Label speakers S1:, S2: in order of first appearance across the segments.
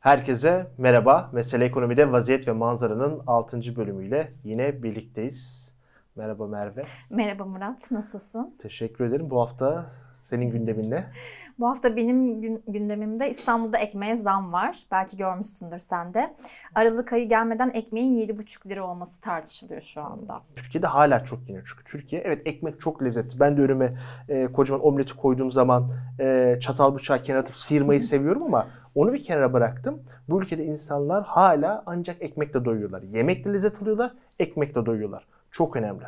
S1: Herkese merhaba. Mesele Ekonomi'de Vaziyet ve Manzara'nın 6. bölümüyle yine birlikteyiz. Merhaba Merve.
S2: Merhaba Murat, nasılsın?
S1: Teşekkür ederim. Bu hafta senin gündemin ne?
S2: Bu hafta benim gündemimde İstanbul'da ekmeğe zam var. Belki görmüşsündür sen de. Aralık ayı gelmeden ekmeğin 7,5 lira olması tartışılıyor şu anda.
S1: Türkiye'de hala çok yeniyor. Çünkü Türkiye, evet, ekmek çok lezzetli. Ben de önüme kocaman omleti koyduğum zaman çatal bıçağı kenara atıp sıyırmayı seviyorum ama onu bir kenara bıraktım. Bu ülkede insanlar hala ancak ekmekle doyuyorlar. Yemekle lezzet alıyorlar, ekmekle doyuyorlar. Çok önemli.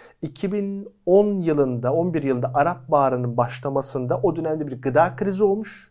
S1: 2010 yılında, 11 yılında Arap Baharı'nın başlamasında o dönemde bir gıda krizi olmuş.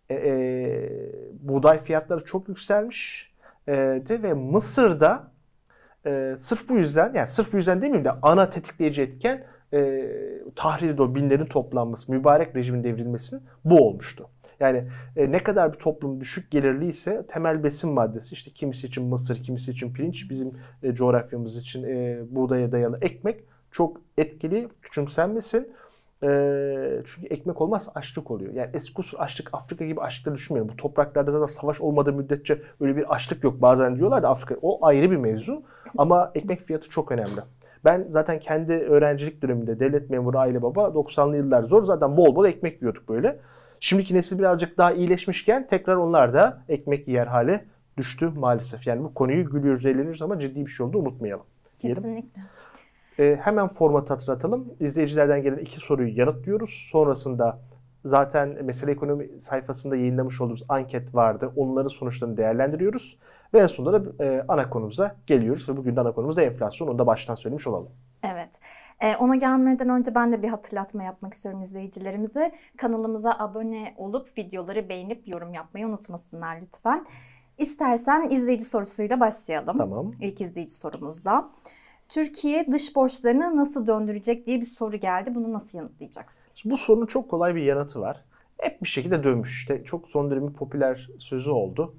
S1: Buğday fiyatları çok yükselmiş. Ve Mısır'da sırf bu yüzden, yani sırf bu yüzden demeyeyim de ana tetikleyici etken Tahrir-i o binlerin toplanması, mübarek rejimin devrilmesinin bu olmuştu. Yani ne kadar bir toplum düşük gelirliyse temel besin maddesi, işte kimisi için mısır, kimisi için pirinç, bizim coğrafyamız için buğdaya dayalı ekmek çok etkili, küçümsenmesin. Çünkü ekmek olmazsa açlık oluyor. Yani eski usul açlık, Afrika gibi açlıkları düşünmeyin. Bu topraklarda zaten savaş olmadığı müddetçe öyle bir açlık yok. Bazen diyorlar da Afrika, o ayrı bir mevzu. Ama ekmek fiyatı çok önemli. Ben zaten kendi öğrencilik döneminde devlet memuru aile baba 90'lı yıllar zor. Zaten bol bol ekmek yiyorduk böyle. Şimdiki nesil birazcık daha iyileşmişken tekrar onlar da ekmek yer hale düştü maalesef. Yani bu konuyu gülüyoruz, eğleniyoruz ama ciddi bir şey olduğunu unutmayalım.
S2: Kesinlikle.
S1: Hemen formatı hatırlatalım. İzleyicilerden gelen 2 soruyu yanıtlıyoruz. Sonrasında zaten Mesele Ekonomi sayfasında yayınlamış olduğumuz anket vardı. Onların sonuçlarını değerlendiriyoruz. Ve en sonunda da ana konumuza geliyoruz. Ve bugün de ana konumuz da enflasyon. Onu da baştan söylemiş olalım.
S2: Evet. Ona gelmeden önce ben de bir hatırlatma yapmak istiyorum izleyicilerimize. Kanalımıza abone olup videoları beğenip yorum yapmayı unutmasınlar lütfen. İstersen izleyici sorusuyla başlayalım.
S1: Tamam.
S2: İlk izleyici sorumuzda. Türkiye dış borçlarını nasıl döndürecek diye bir soru geldi. Bunu nasıl yanıtlayacaksın?
S1: Şimdi bu sorunun çok kolay bir yanıtı var. Hep bir şekilde dönmüş. İşte çok son dönemin popüler sözü oldu.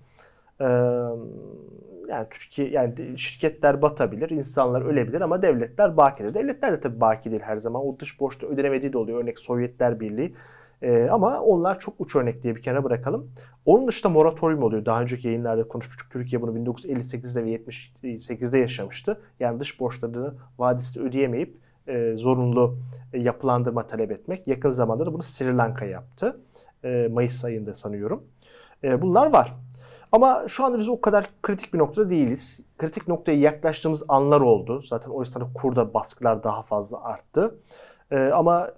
S1: Yani Türkiye, yani şirketler batabilir, insanlar ölebilir ama devletler bakidir. Devletler de tabii baki değil her zaman. O dış borçta ödenemediği de oluyor. Örnek Sovyetler Birliği. Ama onlar çok uç örnek diye bir kenara bırakalım. Onun dışında moratorium oluyor. Daha önceki yayınlarda konuşmuştuk. Türkiye bunu 1958'de ve 78'de yaşamıştı. Yani dış borçlarını vadesinde ödeyemeyip zorunlu yapılandırma talep etmek. Yakın zamanda da bunu Sri Lanka yaptı. Mayıs ayında sanıyorum. Bunlar var. Ama şu anda biz o kadar kritik bir noktada değiliz. Kritik noktaya yaklaştığımız anlar oldu. Zaten o yüzden kurda baskılar daha fazla arttı. Ama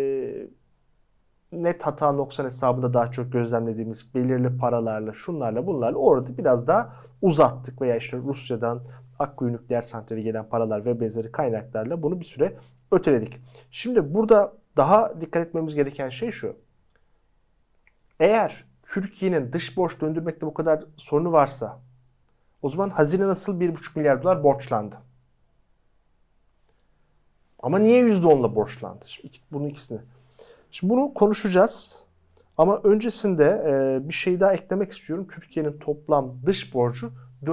S1: net hata noksan hesabında daha çok gözlemlediğimiz belirli paralarla, şunlarla bunlarla orada biraz daha uzattık. Veya işte Rusya'dan Akkuyu nükleer santrali gelen paralar ve benzeri kaynaklarla bunu bir süre öteledik. Şimdi burada daha dikkat etmemiz gereken şey şu. Eğer Türkiye'nin dış borç döndürmekte bu kadar sorunu varsa o zaman hazine nasıl 1,5 milyar dolar borçlandı? Ama niye %10'la borçlandı? Şimdi bunun ikisini. Şimdi bunu konuşacağız. Ama öncesinde bir şey daha eklemek istiyorum. Türkiye'nin toplam dış borcu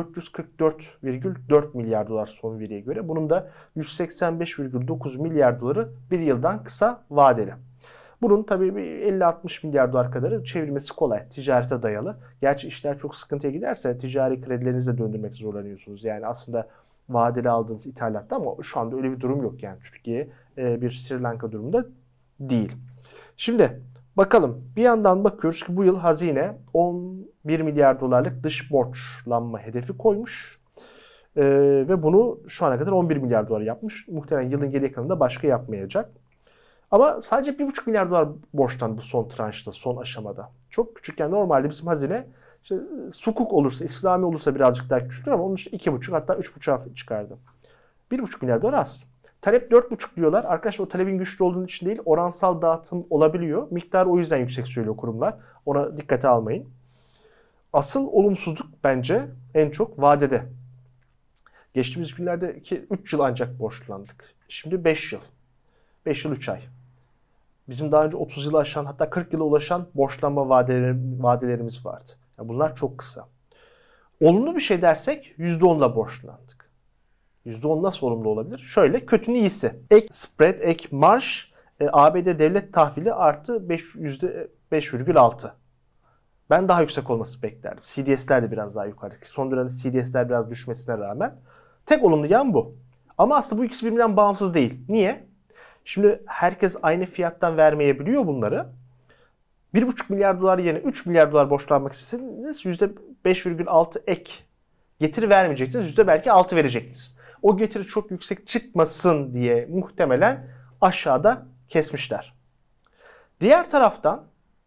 S1: 444,4 milyar dolar son veriye göre. Bunun da 185,9 milyar doları bir yıldan kısa vadeli. Bunun tabii 50-60 milyar dolar kadarı çevirmesi kolay. Ticarete dayalı. Gerçi işler çok sıkıntıya giderse ticari kredilerinizi de döndürmek zorlanıyorsunuz. Yani aslında vadeli aldığınız ithalatta ama şu anda öyle bir durum yok. Yani Türkiye bir Sri Lanka durumunda değil. Şimdi bakalım, bir yandan bakıyoruz ki bu yıl hazine 11 milyar dolarlık dış borçlanma hedefi koymuş. Ve bunu şu ana kadar 11 milyar dolar yapmış. Muhtemelen yılın geriye kalanında başka yapmayacak. Ama sadece 1,5 milyar dolar borçtan bu son tranşta, son aşamada. Çok küçükken normalde bizim hazine işte sukuk olursa, İslami olursa birazcık daha küçüktür ama onun için 2,5 hatta 3,5'a çıkardı. 1,5 milyar dolar az. Talep 4,5 diyorlar. Arkadaşlar o talebin güçlü olduğu için değil, oransal dağıtım olabiliyor. Miktarı o yüzden yüksek söylüyor kurumlar. Ona dikkate almayın. Asıl olumsuzluk bence en çok vadede. Geçtiğimiz günlerde 3 yıl ancak borçlandık. Şimdi 5 yıl. 5 yıl 3 ay. Bizim daha önce 30 yılı aşan, hatta 40 yıla ulaşan borçlanma vadelerimiz vardı. Yani bunlar çok kısa. Olumlu bir şey dersek %10'la borçlandık. %10 nasıl olumlu olabilir? Şöyle, kötünün iyisi. Ek spread, ek marj, ABD devlet tahvili artı %5,6. Ben daha yüksek olması beklerdim. CDS'ler de biraz daha yukarı. Son dönemde CDS'ler biraz düşmesine rağmen. Tek olumlu yan bu. Ama aslında bu ikisi birbirinden bağımsız değil. Niye? Şimdi herkes aynı fiyattan vermeyebiliyor bunları. 1,5 milyar dolar yerine 3 milyar dolar borçlanmak isteseniz %5,6 ek getiri vermeyeceksiniz. Belki %6 vereceksiniz. O getiri çok yüksek çıkmasın diye muhtemelen aşağıda kesmişler. Diğer taraftan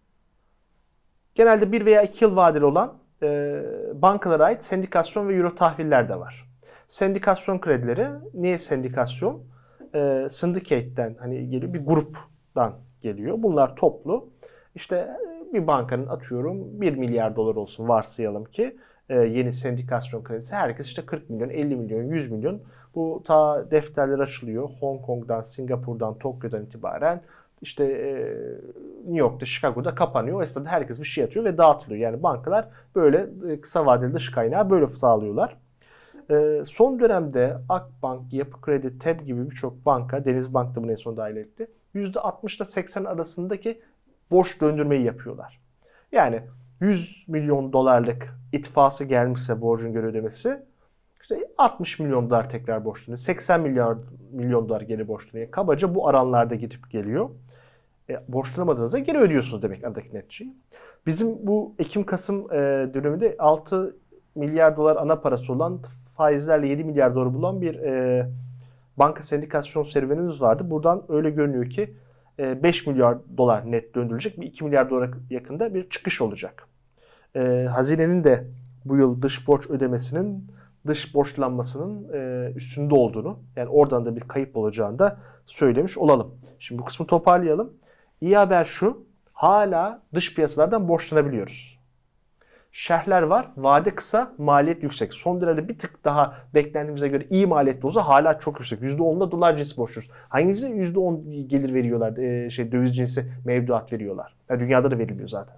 S1: genelde 1 veya 2 yıl vadeli olan bankalara ait sendikasyon ve euro tahviller de var. Sendikasyon kredileri, niye sendikasyon? Syndicate'den hani geliyor, bir gruptan geliyor. Bunlar toplu. İşte bir bankanın atıyorum 1 milyar dolar olsun varsayalım ki yeni sendikasyon kredisi. Herkes işte 40 milyon, 50 milyon, 100 milyon. Bu ta defterler açılıyor. Hong Kong'dan, Singapur'dan, Tokyo'dan itibaren işte New York'ta, Chicago'da kapanıyor. O esnada herkes bir şey atıyor ve dağıtılıyor. Yani bankalar böyle kısa vadeli dış kaynağı böyle sağlıyorlar. Son dönemde Akbank, Yapı Kredi, TEB gibi birçok banka, Denizbank da bunu en son dahil etti. %60 ile 80 arasındaki borç döndürmeyi yapıyorlar. Yani 100 milyon dolarlık itfası gelmişse borcun geri ödemesi, işte 60 milyon dolar tekrar borçlanıyor. 80 milyon dolar geri borçlanıyor. Kabaca bu aranlarda gidip geliyor. Borçlanamadığınızda geri ödüyorsunuz demek aradaki neticeyi. Bizim bu Ekim-Kasım döneminde 6 milyar dolar ana parası olan, faizlerle 7 milyar dolar bulan bir banka sendikasyon serüvenimiz vardı. Buradan öyle görünüyor ki 5 milyar dolar net döndürülecek, bir 2 milyar dolara yakında bir çıkış olacak. Hazinenin de bu yıl dış borç ödemesinin, dış borçlanmasının üstünde olduğunu, yani oradan da bir kayıp olacağını da söylemiş olalım. Şimdi bu kısmı toparlayalım. İyi haber şu, hala dış piyasalardan borçlanabiliyoruz. Şerhler var, vade kısa, maliyet yüksek. Son dönemde bir tık daha beklentimize göre iyi maliyetli olsa hala çok yüksek. %10'la dolar cinsi borçluyoruz. Hangisi %10 gelir veriyorlar, döviz cinsi mevduat veriyorlar. Yani dünyada da veriliyor zaten.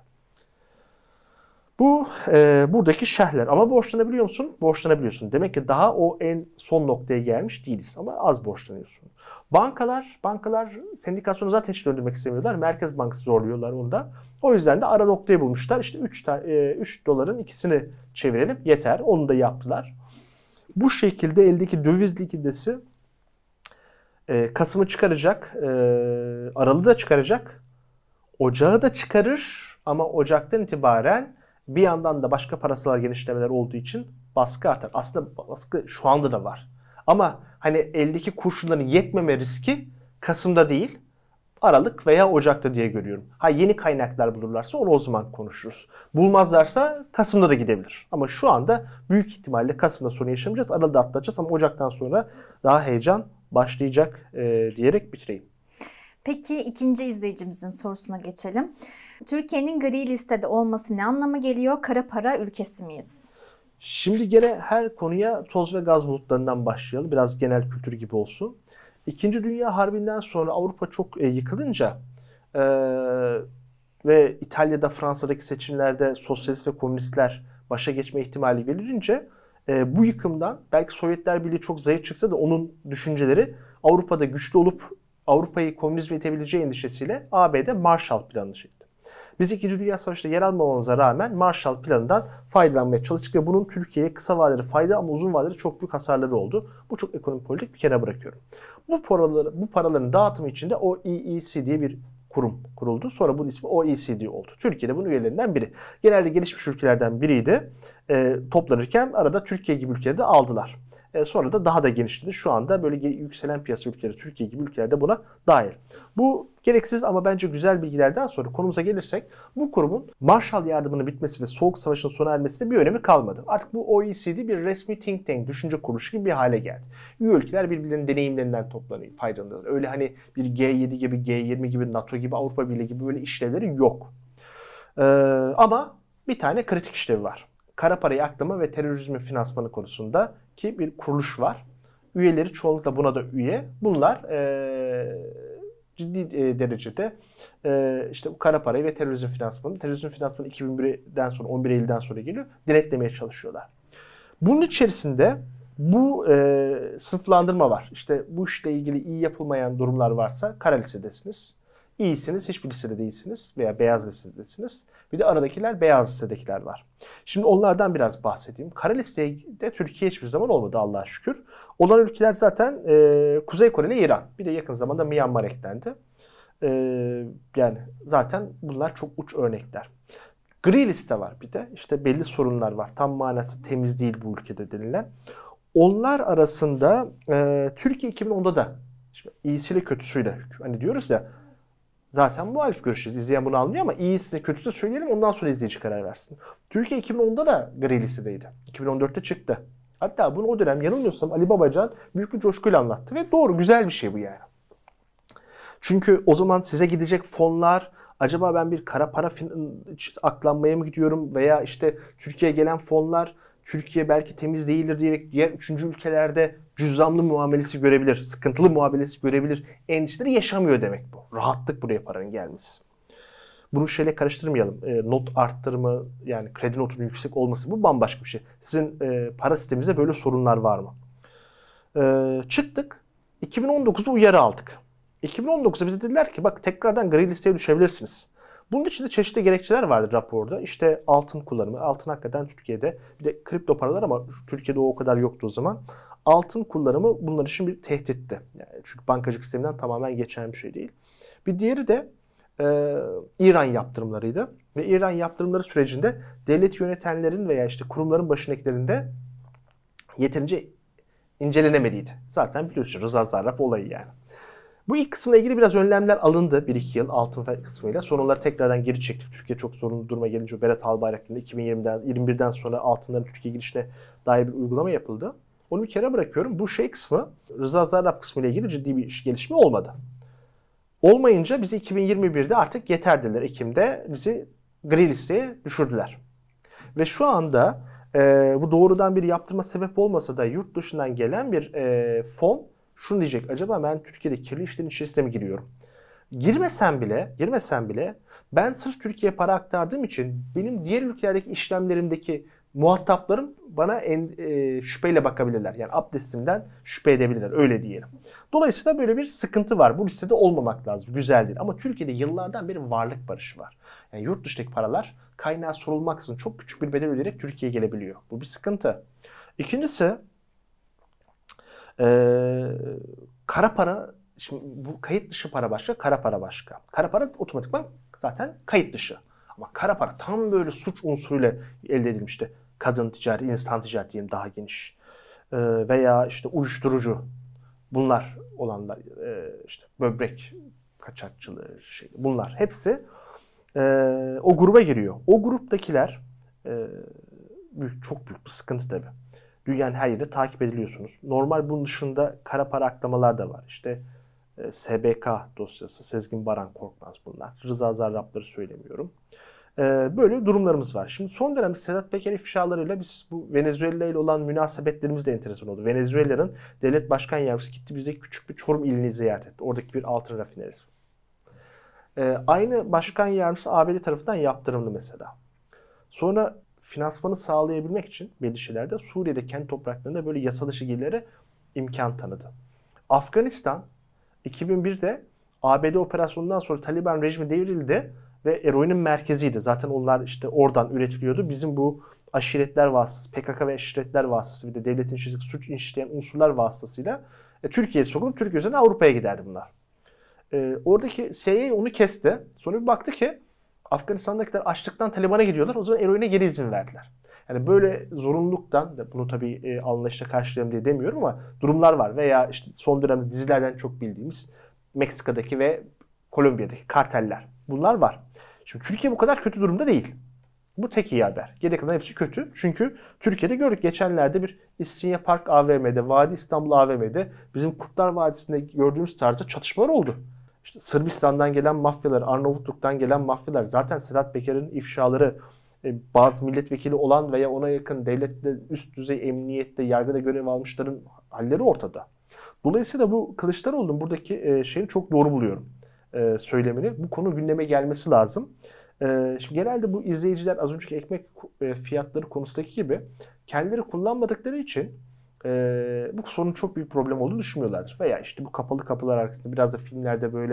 S1: Bu buradaki şerhler. Ama borçlanabiliyor musun? Borçlanabiliyorsun. Demek ki daha o en son noktaya gelmiş değiliz. Ama az borçlanıyorsun. Bankalar sendikasyonu zaten hiç döndürmek istemiyorlar. Merkez Bankası zorluyorlar onda. O yüzden de ara noktayı bulmuşlar. İşte 3 doların ikisini çevirelim yeter. Onu da yaptılar. Bu şekilde eldeki döviz likiditesi Kasım'ı çıkaracak. Aralık'ı da çıkaracak. Ocağı da çıkarır. Ama Ocak'tan itibaren bir yandan da başka parasal genişlemeler olduğu için baskı artar. Aslında baskı şu anda da var. Ama hani eldeki kurşunların yetmeme riski Kasım'da değil, Aralık veya Ocak'ta diye görüyorum. Yeni kaynaklar bulurlarsa onu o zaman konuşuruz. Bulmazlarsa Kasım'da da gidebilir. Ama şu anda büyük ihtimalle Kasım'da sorun yaşamayacağız. Aralık'ta atlatacağız ama Ocak'tan sonra daha heyecan başlayacak diyerek bitireyim.
S2: Peki ikinci izleyicimizin sorusuna geçelim. Türkiye'nin gri listede olması ne anlama geliyor? Kara para ülkesi miyiz?
S1: Şimdi gene her konuya toz ve gaz bulutlarından başlayalım. Biraz genel kültür gibi olsun. İkinci Dünya Harbi'nden sonra Avrupa çok yıkılınca ve İtalya'da, Fransa'daki seçimlerde sosyalist ve komünistler başa geçme ihtimali belirince bu yıkımdan belki Sovyetler Birliği çok zayıf çıksa da onun düşünceleri Avrupa'da güçlü olup Avrupa'yı komünizme itebileceği endişesiyle ABD Marshall Planı'nı çekti. Biz 2. Dünya Savaşı'nda yer almamamıza rağmen Marshall Planı'ndan faydalanmaya çalıştık ve bunun Türkiye'ye kısa vadeli fayda ama uzun vadeli çok büyük hasarları oldu. Bu çok ekonomik politik bir kenara bırakıyorum. Bu paraların dağıtımı için de OEEC diye bir kurum kuruldu. Sonra bunun ismi OECD oldu. Türkiye'de bunun üyelerinden biri. Genelde gelişmiş ülkelerden biriydi. Toplanırken arada Türkiye gibi ülkeleri de aldılar. Sonra da daha da genişledi. Şu anda böyle yükselen piyasa ülkeleri, Türkiye gibi ülkeler de buna dahil. Bu gereksiz ama bence güzel bilgilerden sonra konumuza gelirsek bu kurumun Marshall Yardımı'nın bitmesi ve Soğuk Savaş'ın sona ermesinde bir önemi kalmadı. Artık bu OECD bir resmi think tank, düşünce kuruluşu gibi bir hale geldi. Üye ülkeler birbirlerinin deneyimlerinden toplanıyor, faydalanıyorlar. Öyle hani bir G7 gibi, G20 gibi, NATO gibi, Avrupa Birliği gibi böyle işlevleri yok. Ama bir tane kritik işlevi var. Kara parayı aklama ve terörizmi finansmanı konusunda ki bir kuruluş var. Üyeleri çoğunlukla buna da üye. Bunlar ciddi derecede işte bu kara parayı ve terörizm finansmanı 2001'den sonra 11 Eylül'den sonra geliyor. Denetlemeye çalışıyorlar. Bunun içerisinde bu sınıflandırma var. İşte bu işle ilgili iyi yapılmayan durumlar varsa kara listedesiniz. İyisiniz, hiçbir listede değilsiniz veya beyaz listedesiniz. Bir de aradakiler beyaz listedekiler var. Şimdi onlardan biraz bahsedeyim. Kara listede Türkiye hiçbir zaman olmadı Allah'a şükür. Olan ülkeler zaten Kuzey Kore ile İran. Bir de yakın zamanda Myanmar eklendi. Yani zaten bunlar çok uç örnekler. Gri liste var bir de. İşte belli sorunlar var. Tam manası temiz değil bu ülkede denilen. Onlar arasında Türkiye 2010'da da şimdi iyisiyle kötüsüyle hani diyoruz ya zaten muhalif görüşeceğiz. İzleyen bunu anlıyor ama iyisini kötüsü söyleyelim ondan sonra izleyici karar versin. Türkiye 2010'da da gri listedeydi. 2014'te çıktı. Hatta bunu o dönem yanılmıyorsam Ali Babacan büyük bir coşkuyla anlattı ve doğru güzel bir şey bu yani. Çünkü o zaman size gidecek fonlar acaba ben bir kara para aklanmaya mı gidiyorum veya işte Türkiye'ye gelen fonlar Türkiye belki temiz değildir diyerek diğer üçüncü ülkelerde cüzdanlı muamelesi görebilir, sıkıntılı muamelesi görebilir. Endişeleri yaşamıyor demek bu. Rahatlık buraya paranın gelmesi. Bunu şeyle karıştırmayalım. Not arttırma yani kredi notunun yüksek olması bu bambaşka bir şey. Sizin para sisteminizde böyle sorunlar var mı? Çıktık. 2019'da uyarı aldık. 2019'da bize dediler ki bak tekrardan gri listeye düşebilirsiniz. Bunun için de çeşitli gerekçeler vardı raporda. İşte altın kullanımı. Altın hakikaten Türkiye'de bir de kripto paralar ama Türkiye'de o kadar yoktu o zaman. Altın kullanımı bunlar için bir tehditti. Yani çünkü bankacılık sisteminden tamamen geçen bir şey değil. Bir diğeri de İran yaptırımlarıydı. Ve İran yaptırımları sürecinde devlet yönetenlerin veya işte kurumların başındakilerinde yeterince incelenemediydi. Zaten biliyorsunuz Rıza Zarrab olayı yani. Bu ilk kısımla ilgili biraz önlemler alındı 1-2 yıl altın kısmıyla. Sonra onları tekrardan geri çektik. Türkiye çok sorunlu duruma gelince Berat Albayrak'ın 2021'den sonra altınların Türkiye girişine dair bir uygulama yapıldı. Onu bir kere bırakıyorum. Bu şey kısmı Rıza Zarrab kısmı ile ilgili ciddi bir gelişme olmadı. Olmayınca bizi 2021'de artık yeter dediler. Ekim'de bizi gri listeye düşürdüler. Ve şu anda bu doğrudan bir yaptırma sebep olmasa da yurt dışından gelen bir fon şunu diyecek. Acaba ben Türkiye'de kirli işlerin içerisine mi giriyorum? Girmesem bile ben sırf Türkiye'ye para aktardığım için benim diğer ülkelerdeki işlemlerimdeki muhataplarım bana şüpheyle bakabilirler. Yani abdestimden şüphe edebilirler. Öyle diyelim. Dolayısıyla böyle bir sıkıntı var. Bu listede olmamak lazım. Güzel değil. Ama Türkiye'de yıllardan beri varlık barışı var. Yani yurt dışındaki paralar kaynağı sorulmaksızın çok küçük bir bedel ödeyerek Türkiye'ye gelebiliyor. Bu bir sıkıntı. İkincisi kara para, şimdi bu kayıt dışı para başka, kara para başka. Kara para otomatikman zaten kayıt dışı. Ama kara para tam böyle suç unsuruyla elde edilmişti. Kadın ticareti, insan ticareti diyeyim daha geniş. Veya işte uyuşturucu. Bunlar olanlar, işte böbrek kaçakçılığı, bunlar hepsi o gruba giriyor. O gruptakiler çok büyük bir sıkıntı tabii. Dünyanın her yerinde takip ediliyorsunuz. Normal bunun dışında kara para aklamalar da var. İşte SBK dosyası, Sezgin Baran Korkmaz bunlar. Rıza Zarrab'ları söylemiyorum. Böyle durumlarımız var. Şimdi son dönemde Sedat Peker ifşalarıyla biz bu Venezuela ile olan münasebetlerimiz de enteresan oldu. Venezuela'nın devlet başkan yardımcısı gitti bize küçük bir Çorum ilini ziyaret etti. Oradaki bir altın rafinerisi. Aynı başkan yardımcısı ABD tarafından yaptırımlı mesela. Sonra finansmanı sağlayabilmek için belli şeylerde Suriye'de kendi topraklarında böyle yasa dışı gelirlere imkan tanıdı. Afganistan 2001'de ABD operasyonundan sonra Taliban rejimi devrildi ve eroinin merkeziydi. Zaten onlar işte oradan üretiliyordu. Bizim bu aşiretler vasıtası, PKK ve aşiretler vasıtası bir de devletin içerisindeki suç işleyen unsurlar vasıtasıyla Türkiye'ye sokulup Türkiye üzerinden Avrupa'ya giderdi bunlar. Oradaki CIA onu kesti. Sonra bir baktı ki Afganistan'dakiler açlıktan Taliban'a gidiyorlar. O zaman eroine geri izin verdiler. Yani böyle zorunluluktan, bunu tabii anlayışla karşılayalım diye demiyorum ama durumlar var. Veya işte son dönemde dizilerden çok bildiğimiz Meksika'daki ve Kolombiya'daki karteller. Bunlar var. Şimdi Türkiye bu kadar kötü durumda değil. Bu tek iyi haber. Geri kalan hepsi kötü. Çünkü Türkiye'de gördük geçenlerde bir İstinye Park AVM'de, Vadi İstanbul AVM'de bizim Kurtlar Vadisi'nde gördüğümüz tarzda çatışmalar oldu. İşte Sırbistan'dan gelen mafyalar, Arnavutluk'tan gelen mafyalar, zaten Sedat Peker'in ifşaları, bazı milletvekili olan veya ona yakın devlette üst düzey emniyette, yargıda görev almışların halleri ortada. Dolayısıyla bu Kılıçdaroğlu'nun buradaki şeyini çok doğru buluyorum söylemini. Bu konu gündeme gelmesi lazım. Şimdi genelde bu izleyiciler az önceki ekmek fiyatları konusundaki gibi kendileri kullanmadıkları için bu sorunun çok büyük problem olduğunu düşünmüyorlardır. Veya işte bu kapalı kapılar arkasında biraz da filmlerde böyle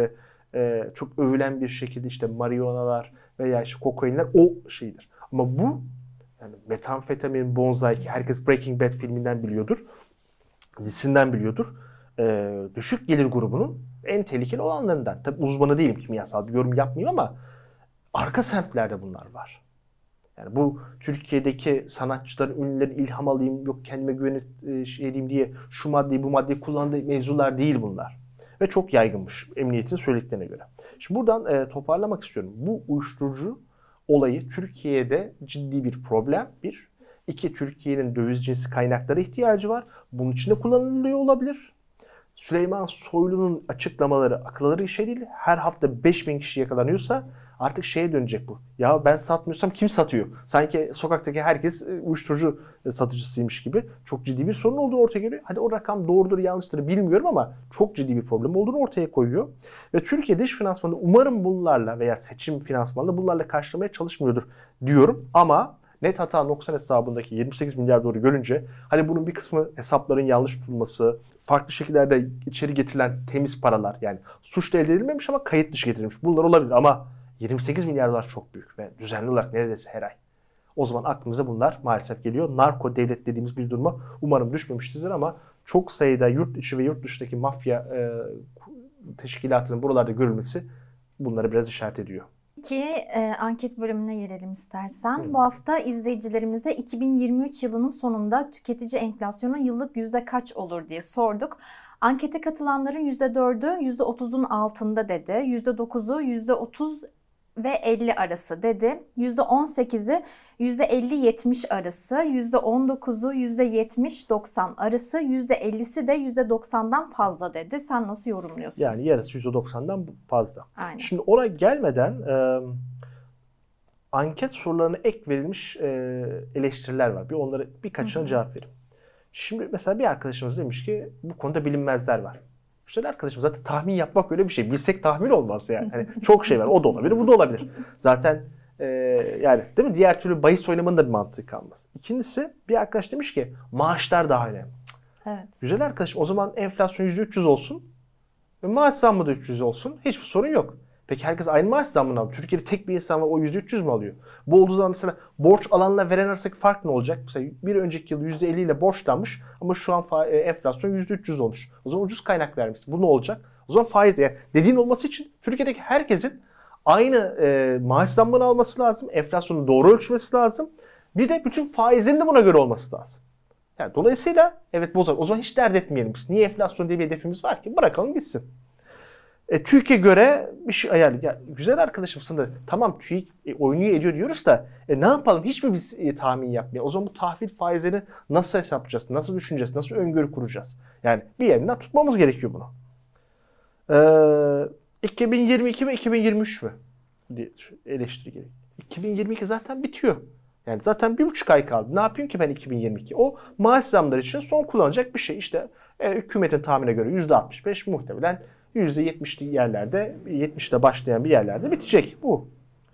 S1: çok övülen bir şekilde işte marihuanalar veya işte kokainler o şeydir. Ama bu yani metamfetamin, bonzai ki herkes Breaking Bad filminden biliyordur. Dizisinden biliyordur. Düşük gelir grubunun en tehlikeli olanlarından. Tabii uzmanı değilim, kimyasal bir yorum yapmayayım ama arka semtlerde bunlar var. Yani bu Türkiye'deki sanatçıların, ünlülerin ilham alayım, yok kendime güvenip şey edeyim diye şu maddeyi bu maddeyi kullandığı mevzular değil bunlar. Ve çok yaygınmış emniyetin söylediklerine göre. Şimdi buradan toparlamak istiyorum. Bu uyuşturucu olayı Türkiye'de ciddi bir problem. Bir. İki, Türkiye'nin döviz cinsi kaynaklara ihtiyacı var. Bunun için de kullanılıyor olabilir. Süleyman Soylu'nun açıklamaları, akılları şey değil. Her hafta 5.000 kişi yakalanıyorsa artık şeye dönecek bu. Ya ben satmıyorsam kim satıyor? Sanki sokaktaki herkes uyuşturucu satıcısıymış gibi. Çok ciddi bir sorun olduğu ortaya geliyor. Hadi o rakam doğrudur yanlıştır bilmiyorum ama çok ciddi bir problem olduğunu ortaya koyuyor. Ve Türkiye dış finansmanı umarım bunlarla veya seçim finansmanla bunlarla karşılamaya çalışmıyordur diyorum. Ama net hata noksan hesabındaki 28 milyar doları görünce hani bunun bir kısmı hesapların yanlış tutulması, farklı şekillerde içeri getirilen temiz paralar yani suçla elde edilmemiş ama kayıt dışı getirilmiş. Bunlar olabilir ama 28 milyar dolar çok büyük ve düzenli olarak neredeyse her ay. O zaman aklımıza bunlar maalesef geliyor. Narko devlet dediğimiz bir duruma umarım düşmemişizdir ama çok sayıda yurt içi ve yurt dışındaki mafya teşkilatının buralarda görülmesi bunları biraz işaret ediyor.
S2: Ki anket bölümüne gelelim istersen. Bu hafta izleyicilerimize 2023 yılının sonunda tüketici enflasyonu yıllık yüzde kaç olur diye sorduk. Ankete katılanların %4'ü %30'un altında dedi. %9'u %30 ve 50 arası dedi. %18'i %50-70 arası, %19'u %70-90 arası, %50'si de %90'dan fazla dedi. Sen nasıl yorumluyorsun?
S1: Yani yarısı %90'dan fazla.
S2: Aynen.
S1: Şimdi oraya gelmeden anket sorularına ek verilmiş eleştiriler var. Onlara birkaçına cevap vereyim. Şimdi mesela bir arkadaşımız demiş ki bu konuda bilinmezler var. Güzel arkadaşım zaten tahmin yapmak öyle bir şey. Bilsek tahmin olmaz yani. Hani çok şey var. O da olabilir, bu da olabilir. Zaten yani değil mi? Diğer türlü bahis oynamanın da bir mantığı kalmaz. İkincisi bir arkadaş demiş ki maaşlar daha önemli.
S2: Evet.
S1: Güzel arkadaşım o zaman enflasyon %300 olsun. Ve maaş zammı da 300 olsun. Hiçbir sorun yok. Peki herkes aynı maaş zammını alıyor. Türkiye'de tek bir insan var o %300 mü alıyor? Bu olduğu zaman mesela borç alanla veren arasındaki fark ne olacak? Mesela bir önceki yıl %50 ile borçlanmış ama şu an enflasyon %300 olmuş. O zaman ucuz kaynak vermiş. Bu ne olacak? O zaman faiz yani dediğin olması için Türkiye'deki herkesin aynı maaş zammını alması lazım. Enflasyonu doğru ölçmesi lazım. Bir de bütün faizlerin de buna göre olması lazım. Yani dolayısıyla evet bozar. O zaman hiç dert etmeyelim biz. Niye enflasyon diye bir hedefimiz var ki? Bırakalım gitsin. TÜİK'e göre bir şey yani ya güzel arkadaşım sana tamam TÜİK oynuyor ediyor diyoruz da ne yapalım hiç mi biz tahmin yapmayalım? O zaman bu tahvil faizlerini nasıl hesaplayacağız? Nasıl düşüneceğiz? Nasıl öngörü kuracağız? Yani bir yerinden tutmamız gerekiyor bunu. 2022 mi 2023 mü? diye eleştiri gerekiyor. 2022 zaten bitiyor. Yani zaten 1,5 ay kaldı. Ne yapayım ki ben 2022? O maaş zamları için son kullanacak bir şey. İşte hükümetin tahminine göre %65 muhtemelen %70'li yerlerde, 70'te başlayan bir yerlerde bitecek bu.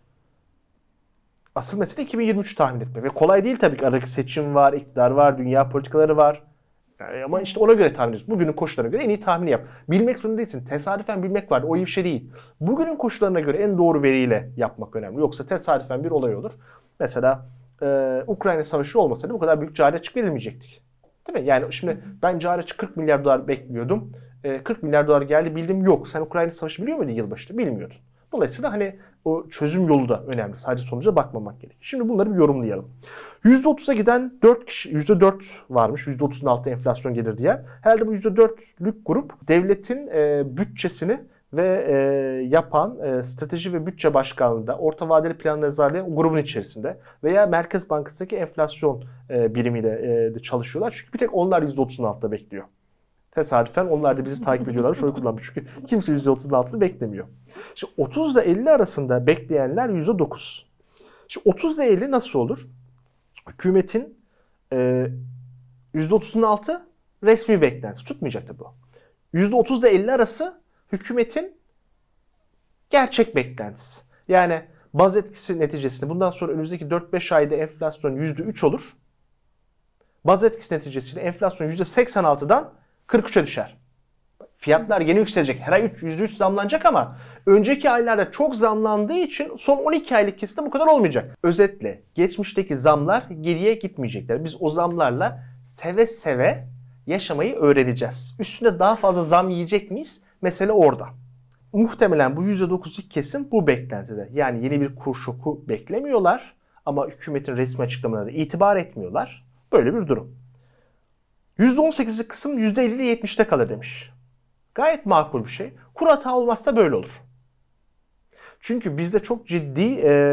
S1: Asıl mesele 2023 tahmin etme. Ve kolay değil tabii ki. Aradaki seçim var, iktidar var, dünya politikaları var. Yani ama işte ona göre tahmin ediyorsun. Bugünün koşullarına göre en iyi tahmini yap. Bilmek zorunda değilsin. Tesadüfen bilmek var. O iyi bir şey değil. Bugünün koşullarına göre en doğru veriyle yapmak önemli. Yoksa tesadüfen bir olay olur. Mesela Ukrayna Savaşı olmasaydı bu kadar büyük cari açık verilmeyecektik. Değil mi? Yani şimdi ben cari açık 40 milyar dolar bekliyordum. 40 milyar dolar geldi bildim yok. Sen Ukrayna Savaşı biliyor muydun yılbaşında? Bilmiyordun. Dolayısıyla hani o çözüm yolu da önemli. Sadece sonuca bakmamak gerekir. Şimdi bunları bir yorumlayalım. %30'a giden 4 kişi, %4 varmış. %30'un altında enflasyon gelir diye. Herhalde bu %4'lük grup devletin bütçesini ve yapan strateji ve bütçe başkanlığında orta vadeli planları hazırlayan o grubun içerisinde veya Merkez Bankası'ndaki enflasyon birimiyle çalışıyorlar. Çünkü bir tek onlar %30'un altında bekliyor. Tesadüfen onlar da bizi takip ediyorlar. Şöyle kullanmış. Çünkü kimse %30'un altını beklemiyor. Şimdi 30 ile 50 arasında bekleyenler %9. Şimdi 30 ile 50 nasıl olur? Hükümetin %30'un altı resmi beklentisi. Tutmayacak tabii bu. %30 ile 50 arası hükümetin gerçek beklentisi. Yani baz etkisi neticesinde bundan sonra önümüzdeki 4-5 ayda enflasyon %3 olur. Baz etkisi neticesiyle enflasyon %86'dan 43'e düşer. Fiyatlar yine yükselecek. Her ay %3 zamlanacak ama önceki aylarda çok zamlandığı için son 12 aylık kesimde bu kadar olmayacak. Özetle geçmişteki zamlar geriye gitmeyecekler. Biz o zamlarla seve seve yaşamayı öğreneceğiz. Üstüne daha fazla zam yiyecek miyiz? Mesele orada. Muhtemelen bu %9'luk kesim bu beklentide. Yani yeni bir kur şoku beklemiyorlar ama hükümetin resmi açıklamalarına itibar etmiyorlar. Böyle bir durum. %18'lik kısım %50'li 70'te kalır demiş. Gayet makul bir şey. Kur hata olmazsa böyle olur. Çünkü bizde çok ciddi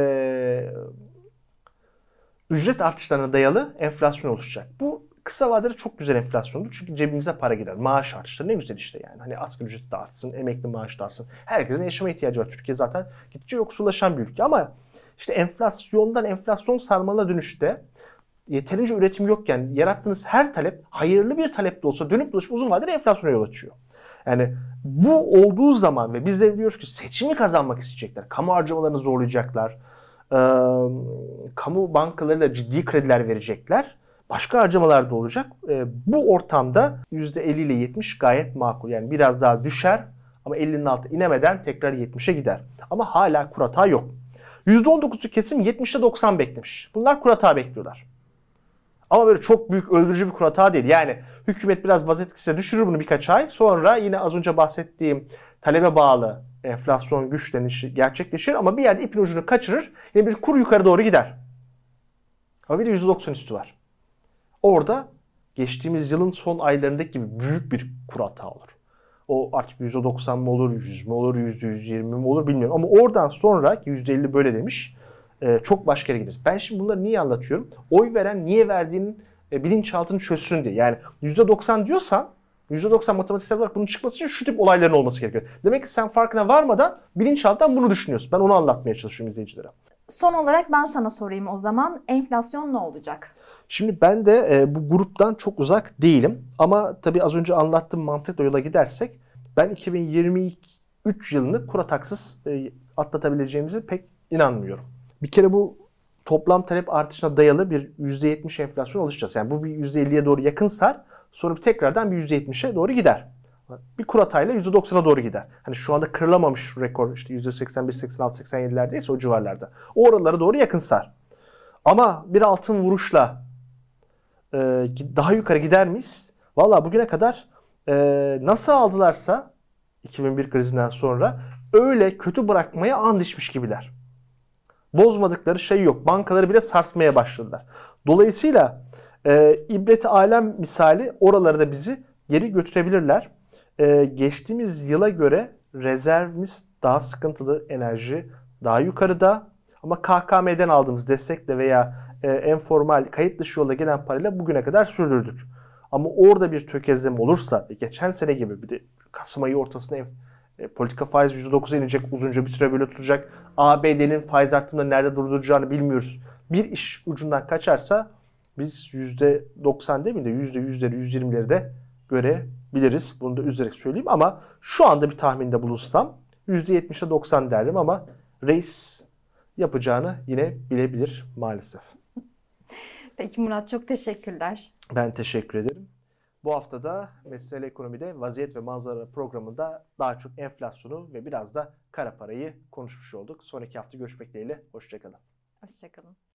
S1: ücret artışlarına dayalı enflasyon oluşacak. Bu kısa vadede çok güzel enflasyondur. Çünkü cebimize para girer. Maaş artışları ne güzel işte yani. Hani asgari ücret de artsın, emekli maaşı da artsın. Herkesin yaşama ihtiyacı var. Türkiye zaten gittikçe yoksullaşan bir ülke ama işte enflasyondan enflasyon sarmalına dönüşte yeterince üretim yokken yarattığınız her talep hayırlı bir talep de olsa dönüp dolaşıp uzun vadede enflasyona yol açıyor. Yani bu olduğu zaman ve biz de biliyoruz ki seçimi kazanmak isteyecekler. Kamu harcamalarını zorlayacaklar. Kamu bankalarıyla ciddi krediler verecekler. Başka harcamalar da olacak. Bu ortamda %50 ile 70 gayet makul. Yani biraz daha düşer ama 50'nin altı inemeden tekrar 70'e gider. Ama hala kur hata yok. %19'luk kesim 70'te 90 beklemiş. Bunlar kur hata bekliyorlar. Ama böyle çok büyük öldürücü bir kur hata değil. Yani hükümet biraz baz etkisiyle düşürür bunu birkaç ay. Sonra yine az önce bahsettiğim talebe bağlı enflasyon güçlenişi gerçekleşir. Ama bir yerde ipin ucunu kaçırır. Yine bir kur yukarı doğru gider. Ama bir de %90 üstü var. Orada geçtiğimiz yılın son aylarındaki gibi büyük bir kur hata olur. O artık %90 mı olur, 100 mü olur, %120 mi olur bilmiyorum. Ama oradan sonra %50 böyle demiş. Çok başka yere gideriz. Ben şimdi bunları niye anlatıyorum? Oy veren niye verdiğinin bilinçaltını çözsün diye. Yani %90 diyorsan %90 matematiksel olarak bunun çıkması için şu tip olayların olması gerekiyor. Demek ki sen farkına varmadan bilinçaltından bunu düşünüyorsun. Ben onu anlatmaya çalışıyorum izleyicilere.
S2: Son olarak ben sana sorayım o zaman. Enflasyon ne olacak?
S1: Şimdi ben de bu gruptan çok uzak değilim. Ama tabii az önce anlattığım mantıkla yola gidersek ben 2023 yılını kur hataksız atlatabileceğimizi pek inanmıyorum. Bir kere bu toplam talep artışına dayalı bir %70 enflasyon alışacağız. Yani bu bir %50'ye doğru yakınsar, sonra tekrardan bir %70'e doğru gider. Bir kur hatayla %90'a doğru gider. Hani şu anda kırılamamış rekor işte %81, 86, 87'lerdeyse o civarlarda. O oralara doğru yakınsar. Ama bir altın vuruşla daha yukarı gider miyiz? Valla bugüne kadar nasıl aldılarsa 2001 krizinden sonra öyle kötü bırakmaya and içmiş gibiler. Bozmadıkları şey yok. Bankaları bile sarsmaya başladılar. Dolayısıyla ibret-i alem misali oraları da bizi geri götürebilirler. Geçtiğimiz yıla göre rezervimiz daha sıkıntılı, enerji daha yukarıda. Ama KKM'den aldığımız destekle veya enformal kayıt dışı yolla gelen parayla bugüne kadar sürdürdük. Ama orada bir tökezleme olursa geçen sene gibi bir de Kasım ayı ortasında politika faiz %9'a inecek, uzunca bir süre böyle tutacak. ABD'nin faiz artımını nerede durduracağını bilmiyoruz. Bir iş ucundan kaçarsa biz %90 değil mi de %100'leri, %120'leri de görebiliriz. Bunu da üzerek söyleyeyim ama şu anda bir tahminde bulunsam %70'e 90 derdim ama reis yapacağını yine bilebilir maalesef.
S2: Peki Murat, çok teşekkürler.
S1: Ben teşekkür ederim. Bu hafta da Mesele Ekonomi'de Vaziyet ve Manzara programında daha çok enflasyonu ve biraz da kara parayı konuşmuş olduk. Sonraki hafta görüşmek dileğiyle. Hoşça kalın.
S2: Hoşça kalın.